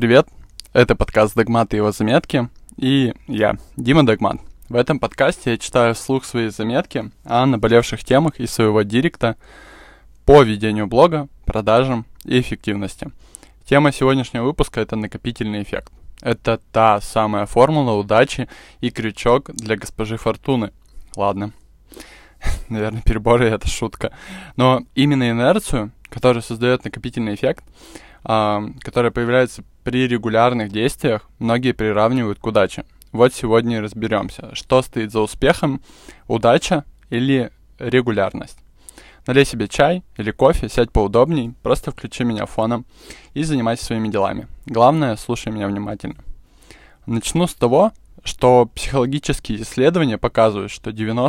привет! Это подкаст «Догмат и его заметки» и я, Дима Догмат. В этом подкасте я читаю вслух свои заметки о наболевших темах из своего директа по ведению блога, продажам и эффективности. Тема сегодняшнего выпуска — это накопительный эффект. Это та самая формула удачи и крючок для госпожи Фортуны. Ладно, наверное, переборы — это шутка. Но именно инерцию, которая создает накопительный эффект, которая появляется при регулярных действиях, многие приравнивают к удаче. Вот сегодня и разберемся, что стоит за успехом: удача или регулярность. Налей себе чай или кофе, сядь поудобней, просто включи меня фоном и занимайся своими делами. Главное, слушай меня внимательно. Начну с того, что психологические исследования показывают, что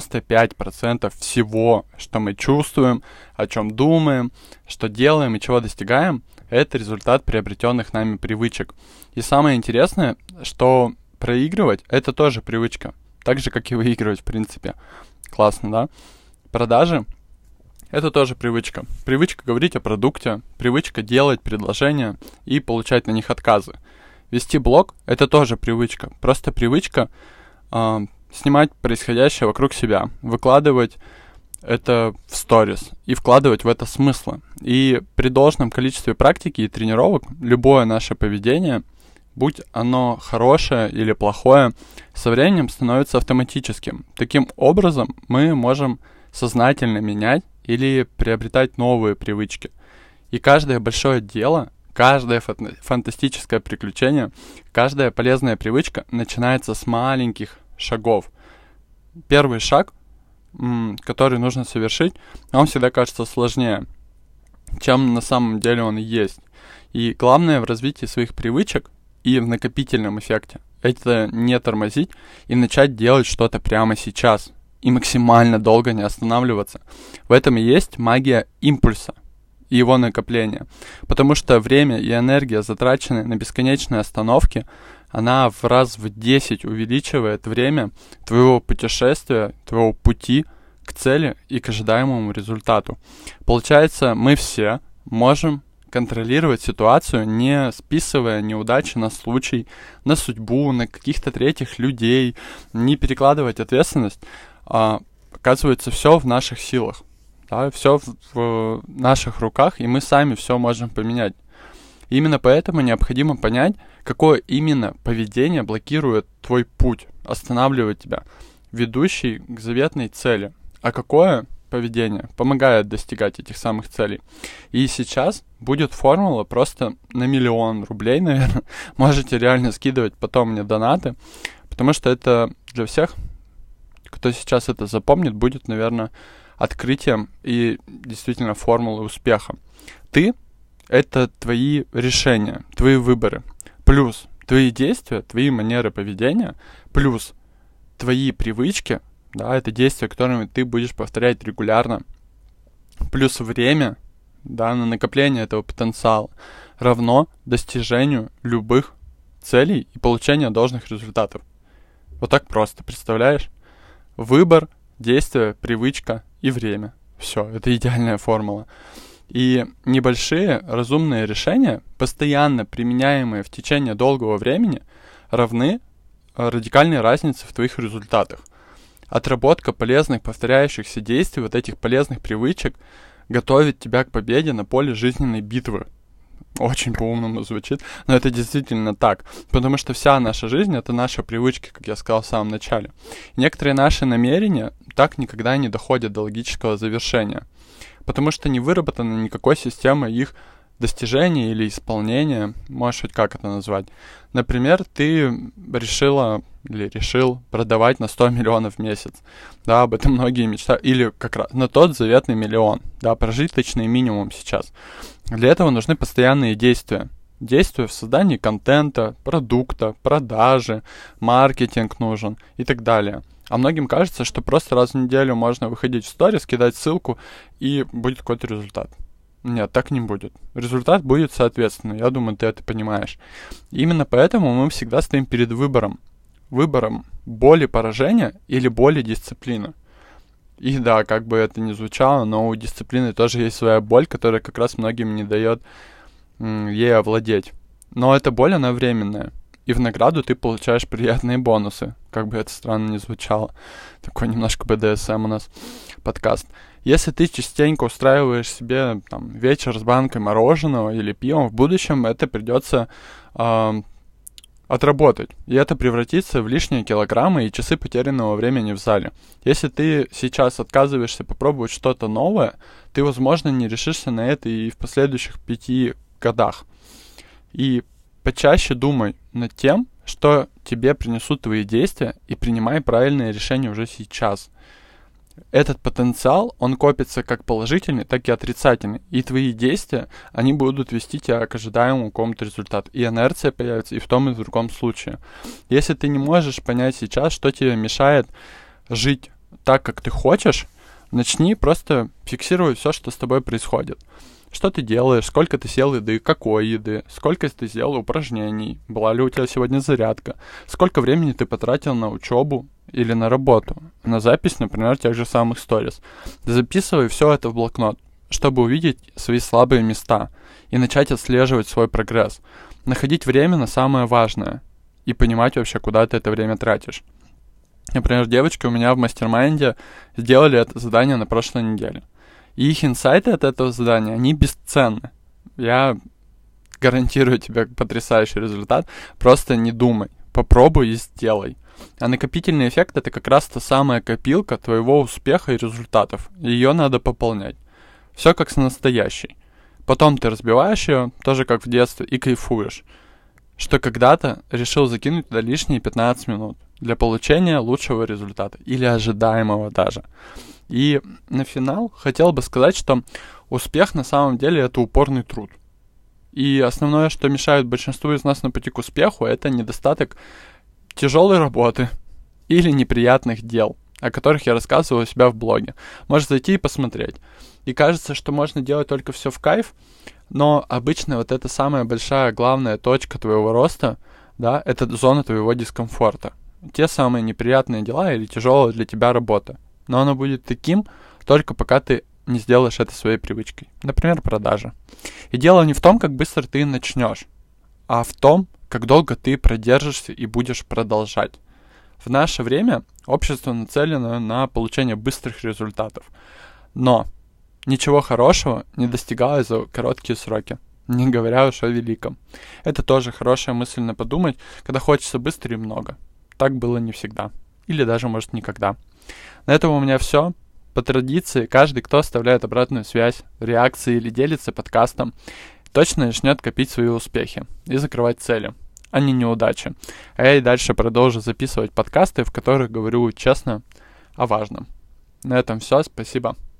95% всего, что мы чувствуем, о чем думаем, что делаем и чего достигаем, это результат приобретенных нами привычек. И самое интересное, что проигрывать — это тоже привычка. Так же, как и выигрывать, в принципе. Классно, да? Продажи — это тоже привычка. Привычка говорить о продукте, привычка делать предложения и получать на них отказы. Вести блог — это тоже привычка. Просто привычка снимать происходящее вокруг себя, выкладывать это в сторис и вкладывать в это смыслы. И при должном количестве практики и тренировок любое наше поведение, будь оно хорошее или плохое, со временем становится автоматическим. Таким образом, мы можем сознательно менять или приобретать новые привычки. И каждое большое дело, каждое фантастическое приключение, каждая полезная привычка начинается с маленьких шагов. Первый шаг, который нужно совершить, он всегда кажется сложнее, чем на самом деле он и есть. И главное в развитии своих привычек и в накопительном эффекте — это не тормозить и начать делать что-то прямо сейчас. И максимально долго не останавливаться. В этом и есть магия импульса и его накопления. Потому что время и энергия, затраченные на бесконечные остановки, она раз в 10 увеличивает время твоего путешествия, твоего пути к цели и к ожидаемому результату. Получается, мы все можем контролировать ситуацию, не списывая неудачи на случай, на судьбу, на каких-то третьих людей, не перекладывать ответственность. Оказывается, все в наших силах, да, все в наших руках, и мы сами все можем поменять. Именно поэтому необходимо понять, какое именно поведение блокирует твой путь, останавливает тебя, ведущий к заветной цели, а какое поведение помогает достигать этих самых целей. И сейчас будет формула просто на 1 000 000 рублей, наверное. Можете реально скидывать потом мне донаты, потому что это для всех, кто сейчас это запомнит, будет, наверное, открытием и действительно формулой успеха. Ты — это твои решения, твои выборы, плюс твои действия, твои манеры поведения, плюс твои привычки, да, это действия, которыми ты будешь повторять регулярно, плюс время, да, на накопление этого потенциала, равно достижению любых целей и получению должных результатов. Вот так просто, представляешь? Выбор, действие, привычка и время. Все, это идеальная формула. И небольшие разумные решения, постоянно применяемые в течение долгого времени, равны радикальной разнице в твоих результатах. Отработка полезных повторяющихся действий, вот этих полезных привычек, готовит тебя к победе на поле жизненной битвы. Очень по-умному звучит, но это действительно так, потому что вся наша жизнь — это наши привычки, как я сказал в самом начале. И некоторые наши намерения так никогда не доходят до логического завершения, потому что не выработана никакой системы их достижения или исполнения, можешь хоть как это назвать. Например, ты решила или решил продавать на 100 миллионов в месяц. Да, об этом многие мечтают. Или как раз на тот заветный 1 000 000. Да, прожиточный минимум сейчас. Для этого нужны постоянные действия. Действия в создании контента, продукта, продажи, маркетинг нужен и так далее. А многим кажется, что просто раз в неделю можно выходить в сторис, кидать ссылку, и будет какой-то результат. Нет, так не будет. Результат будет соответственно. Я думаю, ты это понимаешь. Именно поэтому мы всегда стоим перед выбором. Выбором боли поражения или боли дисциплины. И да, как бы это ни звучало, но у дисциплины тоже есть своя боль, которая как раз многим не дает ей овладеть. Но эта боль, она временная. И в награду ты получаешь приятные бонусы. Как бы это странно ни звучало. Такой немножко БДСМ у нас подкаст. Если ты частенько устраиваешь себе там, вечер с банкой мороженого или пивом, в будущем это придется отработать. И это превратится в лишние килограммы и часы потерянного времени в зале. Если ты сейчас отказываешься попробовать что-то новое, ты, возможно, не решишься на это и в последующих 5 годах. И почаще думай над тем, что тебе принесут твои действия, и принимай правильные решения уже сейчас. Этот потенциал, он копится как положительный, так и отрицательный. И твои действия, они будут вести тебя к ожидаемому какому-то результату. И инерция появится и в том, и в другом случае. Если ты не можешь понять сейчас, что тебе мешает жить так, как ты хочешь, начни просто фиксировать все, что с тобой происходит. Что ты делаешь, сколько ты съел еды, какой еды, сколько ты сделал упражнений, была ли у тебя сегодня зарядка, сколько времени ты потратил на учебу или на работу, на запись, например, тех же самых сторис. Записывай все это в блокнот, чтобы увидеть свои слабые места и начать отслеживать свой прогресс. Находить время на самое важное и понимать вообще, куда ты это время тратишь. Например, девочки у меня в мастер-майнде сделали это задание на прошлой неделе. И их инсайты от этого задания, они бесценны. Я гарантирую тебе потрясающий результат. Просто не думай. Попробуй и сделай. А накопительный эффект — это как раз та самая копилка твоего успеха и результатов. Ее надо пополнять. Все как с настоящей. Потом ты разбиваешь ее, тоже как в детстве, и кайфуешь. Что когда-то решил закинуть туда лишние 15 минут для получения лучшего результата. Или ожидаемого даже. И на финал хотел бы сказать, что успех на самом деле это упорный труд. И основное, что мешает большинству из нас на пути к успеху, это недостаток тяжелой работы или неприятных дел, о которых я рассказывал у себя в блоге. Можешь зайти и посмотреть. И кажется, что можно делать только все в кайф, но обычно вот эта самая большая главная точка твоего роста, да, это зона твоего дискомфорта. Те самые неприятные дела или тяжелая для тебя работа. Но оно будет таким, только пока ты не сделаешь это своей привычкой. Например, продажа. И дело не в том, как быстро ты начнешь, а в том, как долго ты продержишься и будешь продолжать. В наше время общество нацелено на получение быстрых результатов. Но ничего хорошего не достигалось за короткие сроки, не говоря уж о великом. Это тоже хорошая мысль на подумать, когда хочется быстро и много. Так было не всегда. Или даже, может, никогда. На этом у меня все. По традиции, каждый, кто оставляет обратную связь, реакции или делится подкастом, точно начнет копить свои успехи и закрывать цели, а не неудачи. А я и дальше продолжу записывать подкасты, в которых говорю честно о важном. На этом все. Спасибо.